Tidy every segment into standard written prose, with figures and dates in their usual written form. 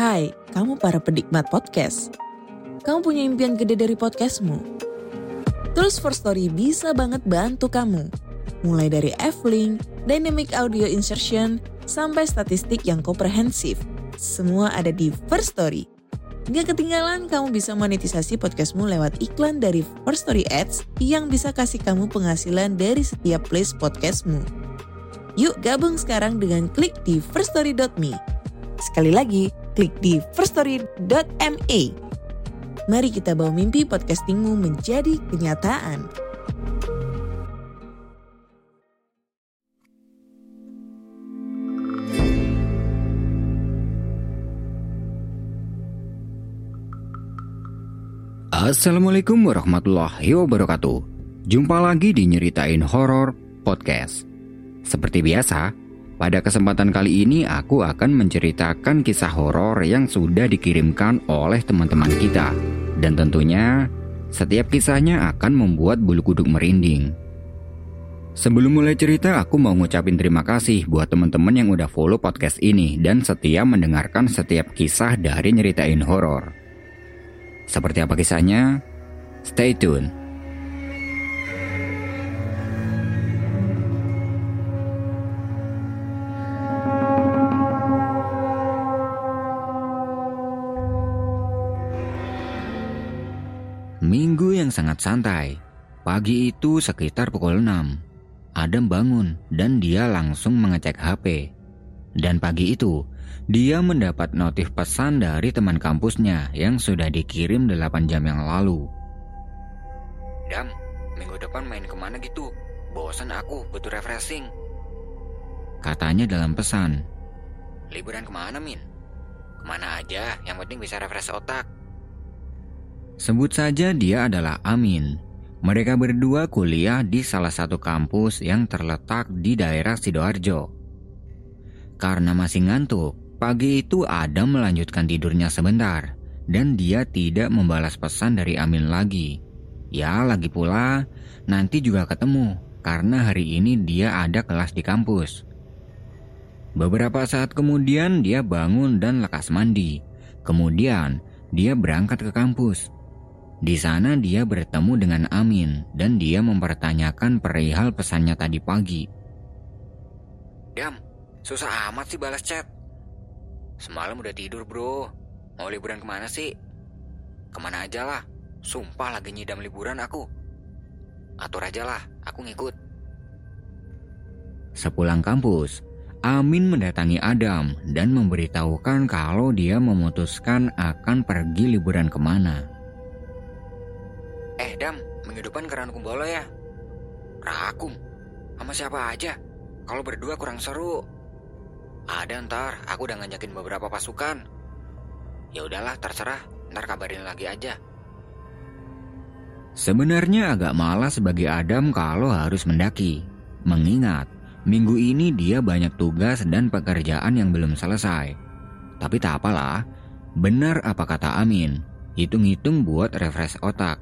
Hai, kamu para penikmat podcast. Kamu punya impian gede dari podcastmu? Tools for Story bisa banget bantu kamu. Mulai dari F-Link, Dynamic Audio Insertion, sampai statistik yang komprehensif. Semua ada di First Story. Gak ketinggalan kamu bisa monetisasi podcastmu lewat iklan dari First Story Ads yang bisa kasih kamu penghasilan dari setiap place podcastmu. Yuk gabung sekarang dengan klik di firststory.me. Sekali lagi, klik di firststory.me. Mari kita bawa mimpi podcastingmu menjadi kenyataan. Assalamualaikum warahmatullahi wabarakatuh. Jumpa lagi di Nyeritain Horor Podcast. Seperti biasa, pada kesempatan kali ini aku akan menceritakan kisah horor yang sudah dikirimkan oleh teman-teman kita. Dan tentunya, setiap kisahnya akan membuat bulu kuduk merinding. Sebelum mulai cerita, aku mau ngucapin terima kasih buat teman-teman yang udah follow podcast ini dan setia mendengarkan setiap kisah dari Nyeritain Horor. Seperti apa kisahnya? Stay tune. Minggu yang sangat santai. Pagi itu sekitar pukul 6. Adam bangun dan dia langsung mengecek HP. Dan pagi itu, dia mendapat notif pesan dari teman kampusnya yang sudah dikirim 8 jam yang lalu. "Dam, minggu depan main kemana gitu? Bosan aku, butuh refreshing," katanya dalam pesan. "Liburan kemana, Min?" "Kemana aja, yang penting bisa refresh otak." Sebut saja dia adalah Amin. Mereka berdua kuliah di salah satu kampus yang terletak di daerah Sidoarjo. Karena masih ngantuk, pagi itu Adam melanjutkan tidurnya sebentar dan dia tidak membalas pesan dari Amin lagi. Ya, lagi pula nanti juga ketemu karena hari ini dia ada kelas di kampus. Beberapa saat kemudian dia bangun dan lekas mandi. Kemudian dia berangkat ke kampus. Di sana dia bertemu dengan Amin dan dia mempertanyakan perihal pesannya tadi pagi. "Dam, susah amat sih balas chat. Semalam udah tidur bro. Mau liburan kemana sih?" "Kemana aja lah. Sumpah lagi nyidam liburan aku." "Atur aja lah, aku ngikut." Sepulang kampus, Amin mendatangi Adam dan memberitahukan kalau dia memutuskan akan pergi liburan kemana. Dam, minggu depan ke Ranukumbolo ya." "Rakung? Sama siapa aja? Kalau berdua kurang seru." "Ada ntar, aku udah ngajakin beberapa pasukan." "Ya udahlah, terserah, ntar kabarin lagi aja." Sebenarnya agak malas bagi Adam kalau harus mendaki. Mengingat minggu ini dia banyak tugas dan pekerjaan yang belum selesai. Tapi tak apalah, benar apa kata Amin, hitung-hitung buat refresh otak.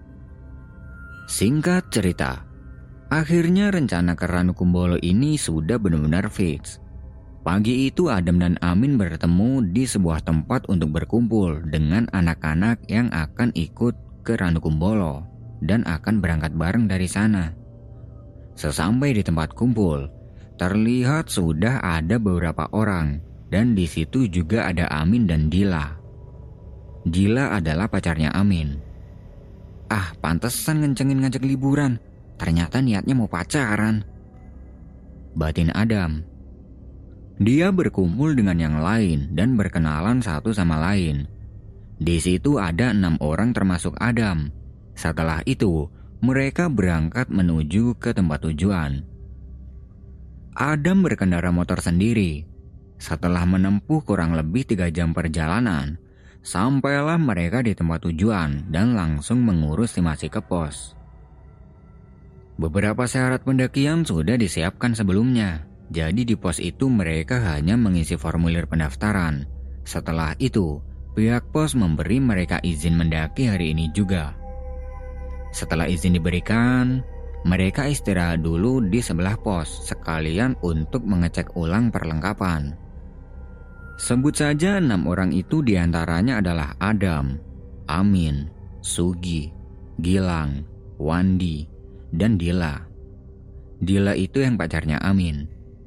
Singkat cerita, akhirnya rencana ke Ranukumbolo ini sudah benar-benar fix. Pagi itu Adam dan Amin bertemu di sebuah tempat untuk berkumpul dengan anak-anak yang akan ikut ke Ranukumbolo dan akan berangkat bareng dari sana. Sesampai di tempat kumpul, terlihat sudah ada beberapa orang dan di situ juga ada Amin dan Dila. Dila adalah pacarnya Amin. "Ah, pantesan ngencengin ngajak liburan. Ternyata niatnya mau pacaran," batin Adam. Dia berkumpul dengan yang lain dan berkenalan satu sama lain. Di situ ada 6 orang termasuk Adam. Setelah itu, mereka berangkat menuju ke tempat tujuan. Adam berkendara motor sendiri. Setelah menempuh kurang lebih 3 jam perjalanan, sampailah mereka di tempat tujuan dan langsung mengurus simasi ke pos. Beberapa syarat pendakian sudah disiapkan sebelumnya. Jadi di pos itu mereka hanya mengisi formulir pendaftaran. Setelah itu, pihak pos memberi mereka izin mendaki hari ini juga. Setelah izin diberikan, mereka istirahat dulu di sebelah pos sekalian untuk mengecek ulang perlengkapan. Sebut saja 6 orang itu diantaranya adalah Adam, Amin, Sugi, Gilang, Wandi, dan Dila. Dila itu yang pacarnya Amin.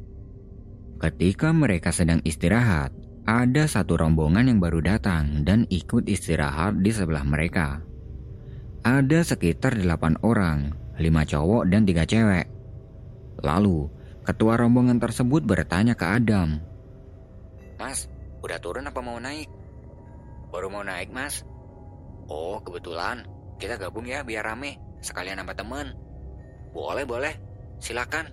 Ketika mereka sedang istirahat, ada satu rombongan yang baru datang dan ikut istirahat di sebelah mereka. Ada sekitar 8 orang, 5 cowok dan 3 cewek. Lalu, ketua rombongan tersebut bertanya ke Adam, "Mas, udah turun apa mau naik?" "Baru mau naik, Mas." "Oh, kebetulan. Kita gabung ya biar rame, sekalian nambah teman." Boleh, silakan."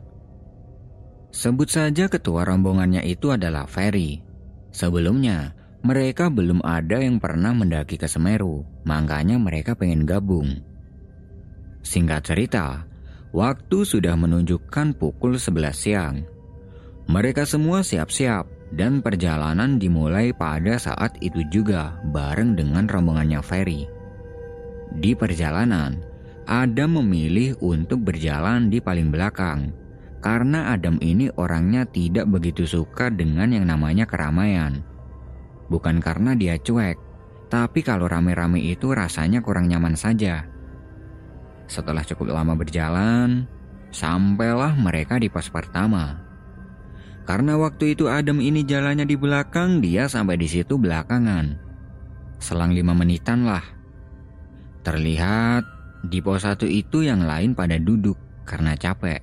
Sebut saja ketua rombongannya itu adalah Ferry. Sebelumnya, mereka belum ada yang pernah mendaki ke Semeru, makanya mereka pengen gabung. Singkat cerita, waktu sudah menunjukkan pukul 11 siang. Mereka semua siap-siap dan perjalanan dimulai pada saat itu juga bareng dengan rombongannya Ferry. Di perjalanan, Adam memilih untuk berjalan di paling belakang karena Adam ini orangnya tidak begitu suka dengan yang namanya keramaian. Bukan karena dia cuek, tapi kalau rame-rame itu rasanya kurang nyaman saja. Setelah cukup lama berjalan, sampailah mereka di pos pertama. Karena waktu itu Adam ini jalannya di belakang, dia sampai di situ belakangan. Selang 5 menitan lah. Terlihat di pos 1 itu yang lain pada duduk karena capek.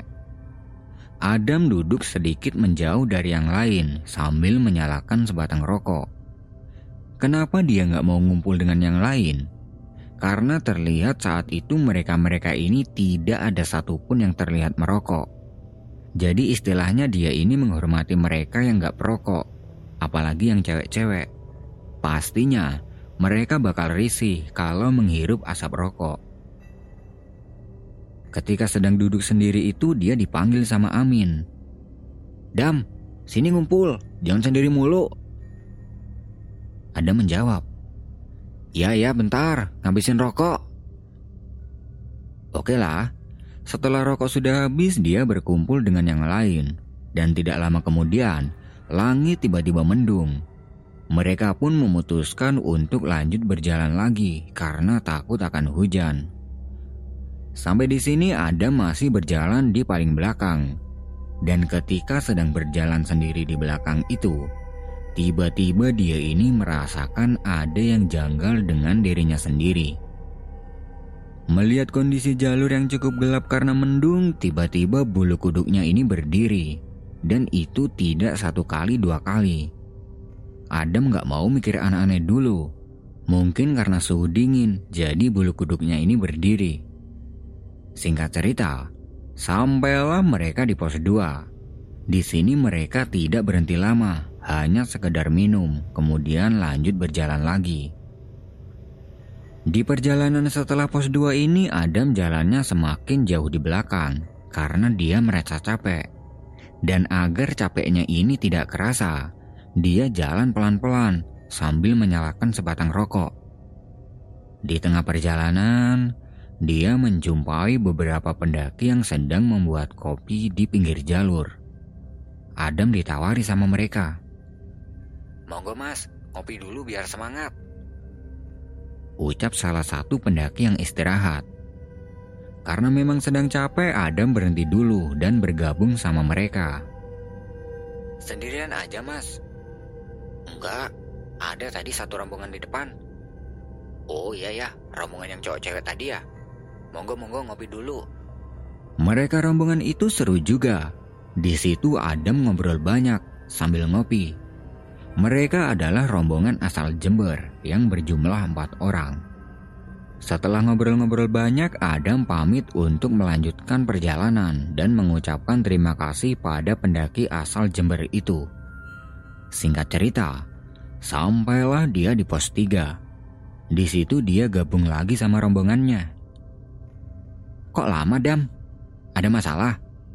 Adam duduk sedikit menjauh dari yang lain sambil menyalakan sebatang rokok. Kenapa dia nggak mau ngumpul dengan yang lain? Karena terlihat saat itu mereka-mereka ini tidak ada satupun yang terlihat merokok. Jadi istilahnya dia ini menghormati mereka yang nggak perokok, apalagi yang cewek-cewek. Pastinya mereka bakal risih kalau menghirup asap rokok. Ketika sedang duduk sendiri itu dia dipanggil sama Amin. "Dam, sini ngumpul, jangan sendiri mulu." Adam menjawab, Ya bentar, ngabisin rokok." Oke lah. Setelah rokok sudah habis, dia berkumpul dengan yang lain. Dan tidak lama kemudian, langit tiba-tiba mendung. Mereka pun memutuskan untuk lanjut berjalan lagi karena takut akan hujan. Sampai di sini Adam masih berjalan di paling belakang. Dan ketika sedang berjalan sendiri di belakang itu, tiba-tiba dia ini merasakan ada yang janggal dengan dirinya sendiri. Melihat kondisi jalur yang cukup gelap karena mendung, tiba-tiba bulu kuduknya ini berdiri. Dan itu tidak 1 kali 2 kali. Adam gak mau mikir aneh-aneh dulu. Mungkin karena suhu dingin, jadi bulu kuduknya ini berdiri. Singkat cerita, sampailah mereka di pos 2. Di sini mereka tidak berhenti lama, hanya sekedar minum, kemudian lanjut berjalan lagi. Di perjalanan setelah pos 2 ini, Adam jalannya semakin jauh di belakang karena dia merasa capek. Dan agar capeknya ini tidak kerasa, dia jalan pelan-pelan sambil menyalakan sebatang rokok. Di tengah perjalanan, dia menjumpai beberapa pendaki yang sedang membuat kopi di pinggir jalur. Adam ditawari sama mereka. "Monggo mas, kopi dulu biar semangat," ucap salah satu pendaki yang istirahat. Karena memang sedang capek, Adam berhenti dulu dan bergabung sama mereka. "Sendirian aja mas?" "Enggak, ada tadi satu rombongan di depan." "Oh iya ya, rombongan yang cowok cewek tadi ya. Monggo ngopi dulu." Mereka rombongan itu seru juga. Di situ Adam ngobrol banyak sambil ngopi. Mereka adalah rombongan asal Jember yang berjumlah 4 orang. Setelah ngobrol-ngobrol banyak, Adam pamit untuk melanjutkan perjalanan dan mengucapkan terima kasih pada pendaki asal Jember itu. Singkat cerita, sampailah dia di pos 3. Di situ dia gabung lagi sama rombongannya. "Kok lama, Dam? Ada masalah?"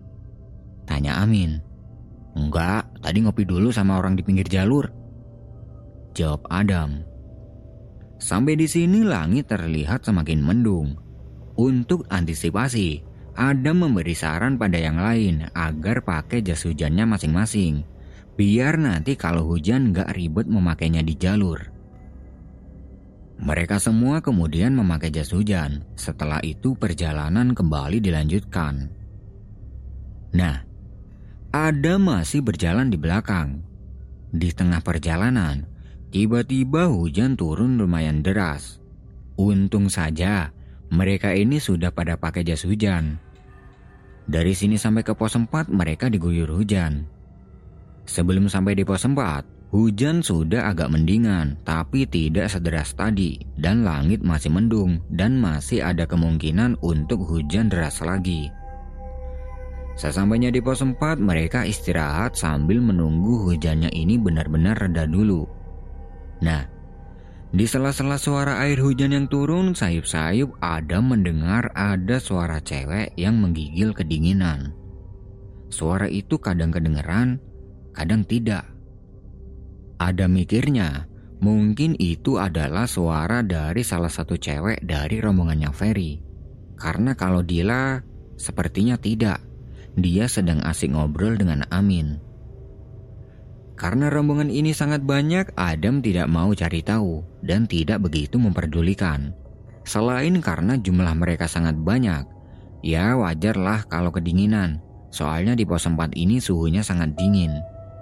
tanya Amin. "Enggak, tadi ngopi dulu sama orang di pinggir jalur," jawab Adam. Sampai di sini langit terlihat semakin mendung. Untuk antisipasi, Adam memberi saran pada yang lain agar pakai jas hujannya masing-masing. biar nanti kalau hujan gak ribet memakainya di jalur. Mereka semua kemudian memakai jas hujan. Setelah itu perjalanan kembali dilanjutkan. Nah, Adam masih berjalan di belakang. Di tengah perjalanan, tiba-tiba hujan turun lumayan deras. Untung saja mereka ini sudah pada pakai jas hujan. Dari sini sampai ke pos 4 mereka diguyur hujan. Sebelum sampai di pos 4, hujan sudah agak mendingan, tapi tidak sederas tadi, dan langit masih mendung dan masih ada kemungkinan untuk hujan deras lagi. Sesampainya di pos 4, mereka istirahat sambil menunggu hujannya ini benar-benar reda dulu. Nah, di sela-sela suara air hujan yang turun, sayup-sayup Adam mendengar ada suara cewek yang menggigil kedinginan. Suara itu kadang kedengeran, kadang tidak. Adam mikirnya, mungkin itu adalah suara dari salah satu cewek dari rombongannya Ferry. Karena kalau Dila, sepertinya tidak. Dia sedang asik ngobrol dengan Amin. Karena rombongan ini sangat banyak, Adam tidak mau cari tahu dan tidak begitu memperdulikan. Selain karena jumlah mereka sangat banyak, ya wajarlah kalau kedinginan. Soalnya di pos 4 ini suhunya sangat dingin.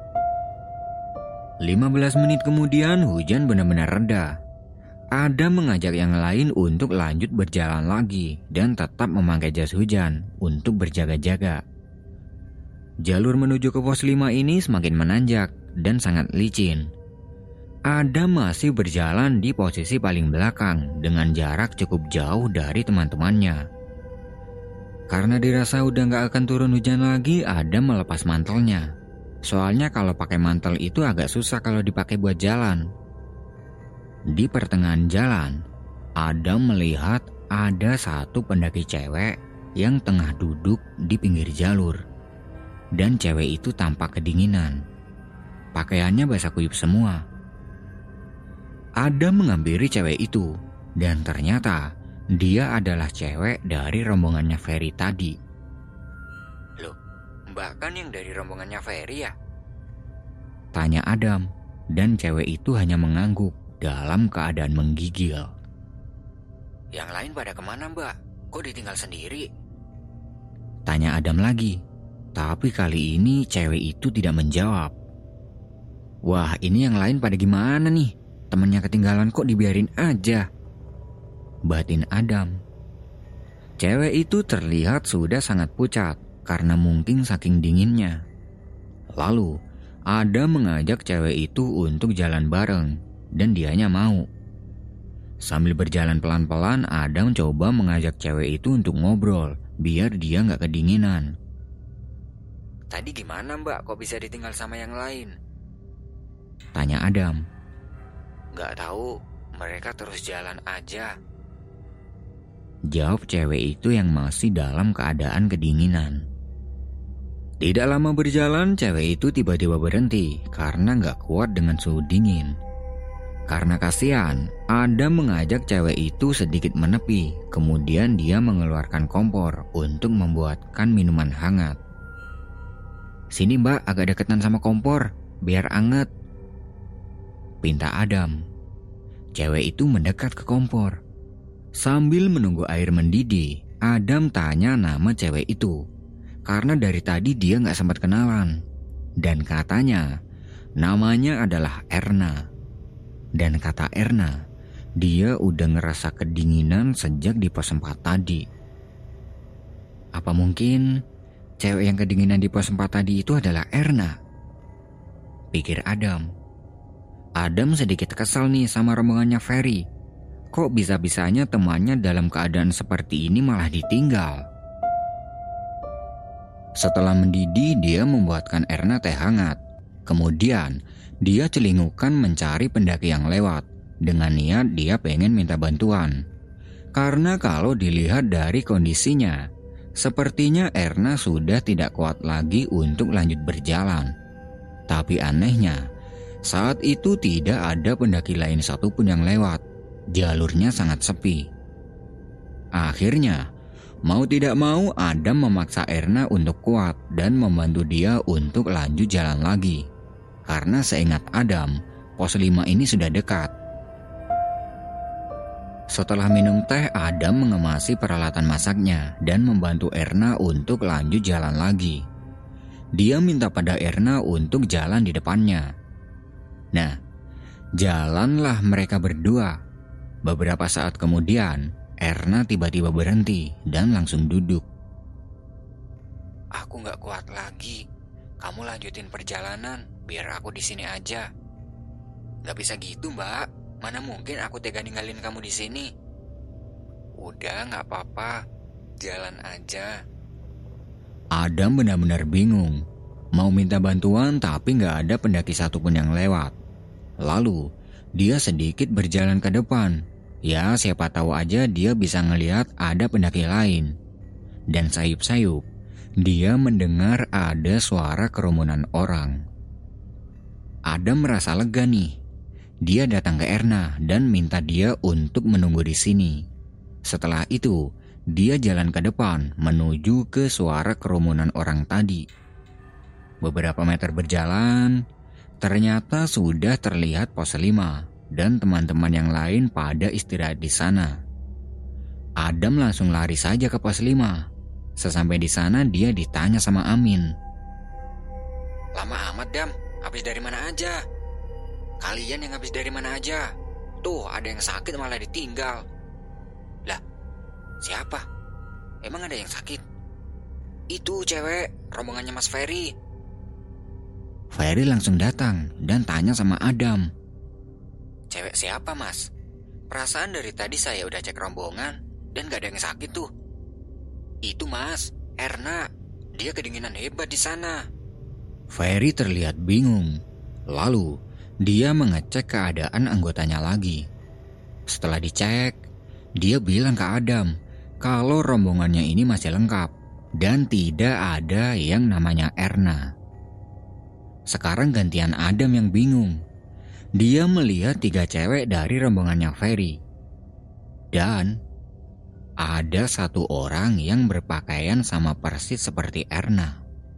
15 menit kemudian hujan benar-benar reda. Adam mengajak yang lain untuk lanjut berjalan lagi dan tetap memakai jas hujan untuk berjaga-jaga. Jalur menuju ke pos 5 ini semakin menanjak dan sangat licin. Adam masih berjalan di posisi paling belakang dengan jarak cukup jauh dari teman-temannya. Karena dirasa udah gak akan turun hujan lagi, Adam melepas mantelnya. Soalnya kalau pakai mantel itu agak susah kalau dipakai buat jalan. Di pertengahan jalan, Adam melihat ada satu pendaki cewek yang tengah duduk di pinggir jalur. Dan cewek itu tampak kedinginan. Pakaiannya basah kuyup semua. Adam menghampiri cewek itu, dan ternyata dia adalah cewek dari rombongannya Ferry tadi. Loh, Mbak kan yang dari rombongannya Ferry ya? Tanya Adam, dan cewek itu hanya mengangguk dalam keadaan menggigil. Yang lain pada kemana Mbak? Kok ditinggal sendiri? Tanya Adam lagi. Tapi kali ini cewek itu tidak menjawab. Wah, ini yang lain pada gimana nih? Temennya ketinggalan kok dibiarin aja? Batin Adam. Cewek itu terlihat sudah sangat pucat karena mungkin saking dinginnya. Lalu, Adam mengajak cewek itu untuk jalan bareng dan dianya mau. Sambil berjalan pelan-pelan, Adam coba mengajak cewek itu untuk ngobrol biar dia gak kedinginan. Tadi gimana Mbak, kok bisa ditinggal sama yang lain? Tanya Adam. Gak tahu, mereka terus jalan aja. Jawab cewek itu yang masih dalam keadaan kedinginan. Tidak lama berjalan, cewek itu tiba-tiba berhenti karena gak kuat dengan suhu dingin. Karena kasihan, Adam mengajak cewek itu sedikit menepi. Kemudian dia mengeluarkan kompor untuk membuatkan minuman hangat. Sini Mbak, agak deketan sama kompor, biar anget. Pinta Adam. Cewek itu mendekat ke kompor. Sambil menunggu air mendidih, Adam tanya nama cewek itu. Karena dari tadi dia gak sempat kenalan. Dan katanya, namanya adalah Erna. Dan kata Erna, dia udah ngerasa kedinginan sejak di pos 4 tadi. Apa mungkin cewek yang kedinginan di pos 4 tadi itu adalah Erna? Pikir Adam. Adam sedikit kesal nih sama rombongannya Ferry. Kok bisa-bisanya temannya dalam keadaan seperti ini malah ditinggal? Setelah mendidih, dia membuatkan Erna teh hangat. Kemudian, dia celingukan mencari pendaki yang lewat. Dengan niat dia pengen minta bantuan. Karena kalau dilihat dari kondisinya, sepertinya Erna sudah tidak kuat lagi untuk lanjut berjalan. Tapi anehnya, saat itu tidak ada pendaki lain satupun yang lewat. Jalurnya sangat sepi. Akhirnya, mau tidak mau Adam memaksa Erna untuk kuat dan membantu dia untuk lanjut jalan lagi. karena seingat Adam, pos 5 ini sudah dekat. Setelah minum teh, Adam mengemasi peralatan masaknya dan membantu Erna untuk lanjut jalan lagi. Dia minta pada Erna untuk jalan di depannya. Nah, jalanlah mereka berdua. Beberapa saat kemudian, Erna tiba-tiba berhenti dan langsung duduk. Aku gak kuat lagi. Kamu lanjutin perjalanan, biar aku di sini aja. Gak bisa gitu, Mbak. Mana mungkin aku tega ninggalin kamu di sini. Udah, gak apa-apa. Jalan aja. Adam benar-benar bingung. Mau minta bantuan tapi gak ada pendaki satupun yang lewat. Lalu, dia sedikit berjalan ke depan. Ya, siapa tahu aja dia bisa ngelihat ada pendaki lain. Dan sayup-sayup, dia mendengar ada suara kerumunan orang. Adam merasa lega nih. Dia datang ke Erna dan minta dia untuk menunggu di sini. Setelah itu, dia jalan ke depan menuju ke suara kerumunan orang tadi. Beberapa meter berjalan, ternyata sudah terlihat pos 5 dan teman-teman yang lain pada istirahat di sana. Adam langsung lari saja ke pos 5. Sesampai di sana dia ditanya sama Amin. Lama amat, Dam. Habis dari mana aja? Kalian yang habis dari mana aja? Tuh, ada yang sakit malah ditinggal. Lah, siapa? Emang ada yang sakit? Itu cewek, rombongannya Mas Ferry. Ferry langsung datang dan tanya sama Adam. Cewek siapa, Mas? Perasaan dari tadi saya udah cek rombongan dan gak ada yang sakit tuh. Itu, Mas, Erna. Dia kedinginan hebat di sana. Ferry terlihat bingung. Lalu, dia mengecek keadaan anggotanya lagi. Setelah dicek, dia bilang ke Adam kalau rombongannya ini masih lengkap dan tidak ada yang namanya Erna. Sekarang gantian Adam yang bingung. Dia melihat 3 cewek dari rombongannya Ferry. Dan ada 1 orang yang berpakaian sama persis seperti Erna.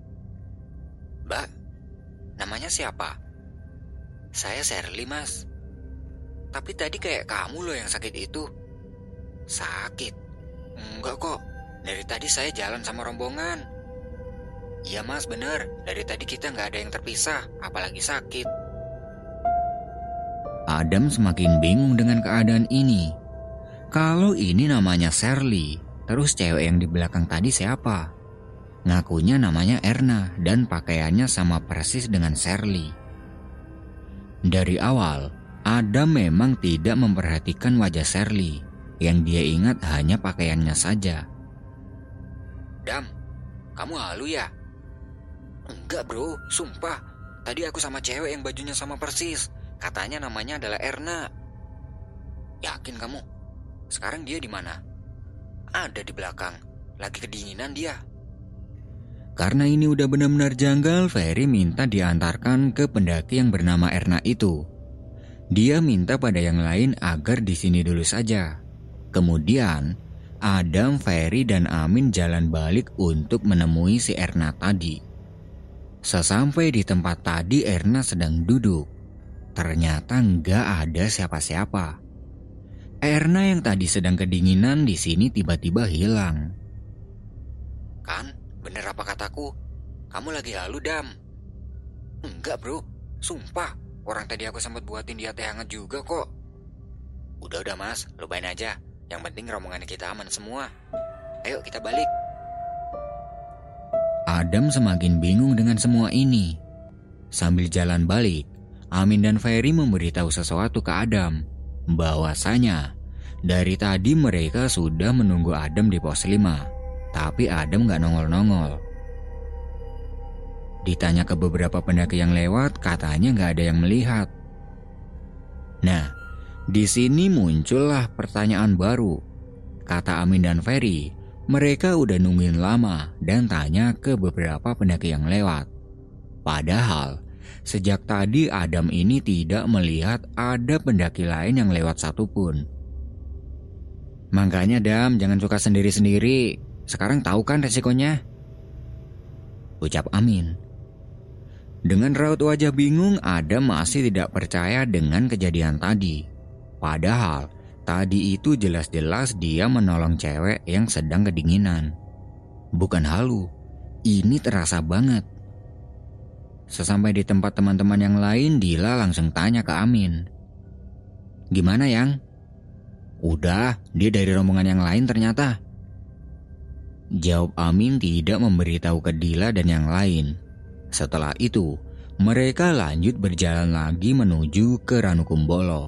Mbak, namanya siapa? Saya Shirley, Mas. Tapi tadi kayak kamu loh yang sakit itu. Sakit? Enggak kok. Dari tadi saya jalan sama rombongan. Iya, Mas, bener. Dari tadi kita gak ada yang terpisah, apalagi sakit. Adam semakin bingung dengan keadaan ini. Kalau ini namanya Shirley, terus cewek yang di belakang tadi siapa? Ngakunya namanya Erna dan pakaiannya sama persis dengan Shirley. Dari awal, Adam memang tidak memperhatikan wajah Shirley. Yang dia ingat hanya pakaiannya saja. Dam, kamu halu ya? Enggak, bro, sumpah. Tadi aku sama cewek yang bajunya sama persis. Katanya namanya adalah Erna. Yakin kamu? Sekarang dia di mana? Ada di belakang. Lagi kedinginan dia. Karena ini udah benar-benar janggal, Ferry minta diantarkan ke pendaki yang bernama Erna itu. Dia minta pada yang lain agar di sini dulu saja. Kemudian, Adam, Ferry, dan Amin jalan balik untuk menemui si Erna tadi. Sesampai di tempat tadi, Erna sedang duduk. Ternyata nggak ada siapa-siapa. Erna yang tadi sedang kedinginan di sini tiba-tiba hilang. Kan, bener apa kataku? Kamu lagi halu, Dam. Enggak, bro, sumpah. Orang tadi aku sempat buatin dia teh hangat juga kok. Udah, Mas, lupain aja. Yang penting rombongan kita aman semua. Ayo kita balik. Adam semakin bingung dengan semua ini. Sambil jalan balik, Amin dan Ferry memberitahu sesuatu ke Adam, bahwasanya dari tadi mereka sudah menunggu Adam di pos 5, tapi Adam gak nongol-nongol. Ditanya ke beberapa pendaki yang lewat, katanya gak ada yang melihat. Nah, di sini muncullah pertanyaan baru. Kata Amin dan Ferry, mereka udah nungguin lama dan tanya ke beberapa pendaki yang lewat. Padahal, sejak tadi Adam ini tidak melihat ada pendaki lain yang lewat satupun. Makanya Adam, jangan suka sendiri-sendiri. Sekarang tahu kan resikonya? Ucap Amin. Dengan raut wajah bingung, Adam masih tidak percaya dengan kejadian tadi. Padahal tadi itu jelas-jelas dia menolong cewek yang sedang kedinginan. Bukan halu, ini terasa banget. Sesampai di tempat teman-teman yang lain, Dila langsung tanya ke Amin. "Gimana, Yang?" "Udah, dia dari rombongan yang lain ternyata." Jawab Amin tidak memberitahu ke Dila dan yang lain. Setelah itu, mereka lanjut berjalan lagi menuju ke Ranukumbolo.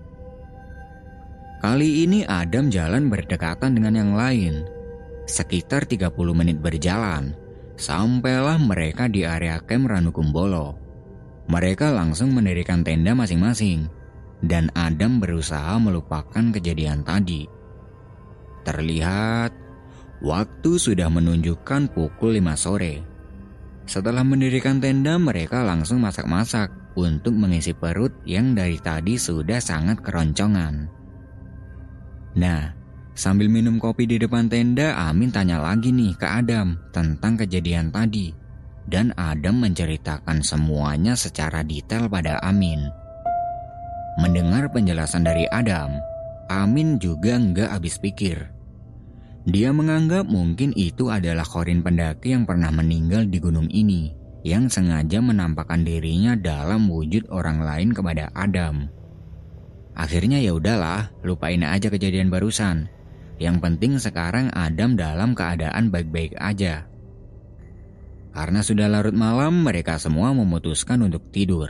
Kali ini Adam jalan berdekatan dengan yang lain. Sekitar 30 menit berjalan, sampailah mereka di area camp Ranukumbolo. Mereka langsung mendirikan tenda masing-masing, dan Adam berusaha melupakan kejadian tadi. Terlihat, waktu sudah menunjukkan pukul 5 sore. Setelah mendirikan tenda, mereka langsung masak-masak untuk mengisi perut yang dari tadi sudah sangat keroncongan. Nah, sambil minum kopi di depan tenda, Amin tanya lagi nih ke Adam tentang kejadian tadi. Dan Adam menceritakan semuanya secara detail pada Amin. Mendengar penjelasan dari Adam, Amin juga nggak habis pikir. Dia menganggap mungkin itu adalah Qorin pendaki yang pernah meninggal di gunung ini, yang sengaja menampakkan dirinya dalam wujud orang lain kepada Adam. Akhirnya ya udahlah, lupain aja kejadian barusan. Yang penting sekarang Adam dalam keadaan baik-baik aja. Karena sudah larut malam, mereka semua memutuskan untuk tidur.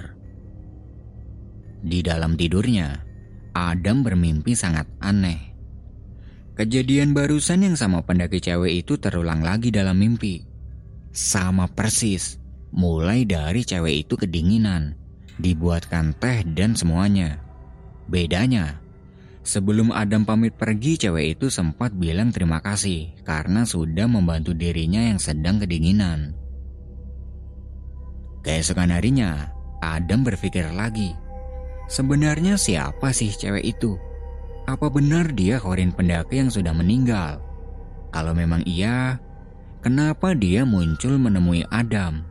Di dalam tidurnya, Adam bermimpi sangat aneh. Kejadian barusan yang sama pendaki cewek itu terulang lagi dalam mimpi. Sama persis, mulai dari cewek itu kedinginan, dibuatkan teh dan semuanya. Bedanya, sebelum Adam pamit pergi, cewek itu sempat bilang terima kasih karena sudah membantu dirinya yang sedang kedinginan. Keesokan harinya, Adam berpikir lagi, sebenarnya siapa sih cewek itu? Apa benar dia Qorin pendaki yang sudah meninggal? Kalau memang iya, kenapa dia muncul menemui Adam?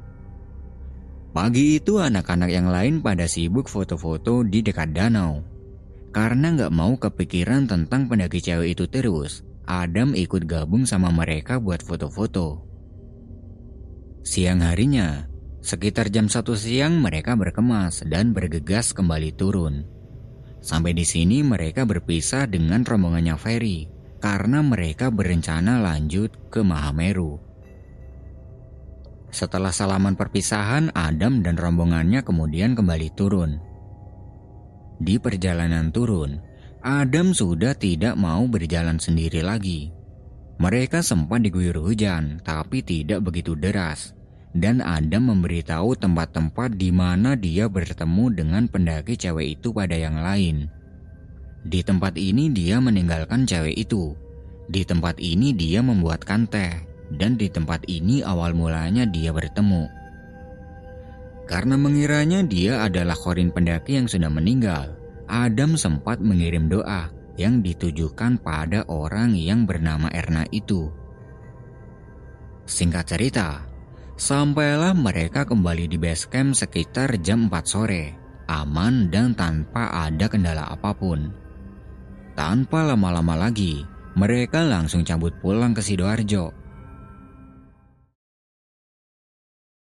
Pagi itu anak-anak yang lain pada sibuk foto-foto di dekat danau. Karena gak mau kepikiran tentang pendaki cewek itu terus, Adam ikut gabung sama mereka buat foto-foto. Siang harinya, sekitar jam 1 siang mereka berkemas dan bergegas kembali turun. Sampai di sini mereka berpisah dengan rombongannya Ferry karena mereka berencana lanjut ke Mahameru. Setelah salaman perpisahan, Adam dan rombongannya kemudian kembali turun. Di perjalanan turun, Adam sudah tidak mau berjalan sendiri lagi. Mereka sempat diguyur hujan, tapi tidak begitu deras. Dan Adam memberitahu tempat-tempat di mana dia bertemu dengan pendaki cewek itu pada yang lain. Di tempat ini dia meninggalkan cewek itu. Di tempat ini dia membuatkan teh. Dan di tempat ini awal mulanya dia bertemu. Karena mengiranya dia adalah Qorin pendaki yang sudah meninggal, Adam sempat mengirim doa yang ditujukan pada orang yang bernama Erna itu. Singkat cerita, sampailah mereka kembali di base camp sekitar jam 4 sore, aman dan tanpa ada kendala apapun. Tanpa lama-lama lagi, mereka langsung cabut pulang ke Sidoarjo.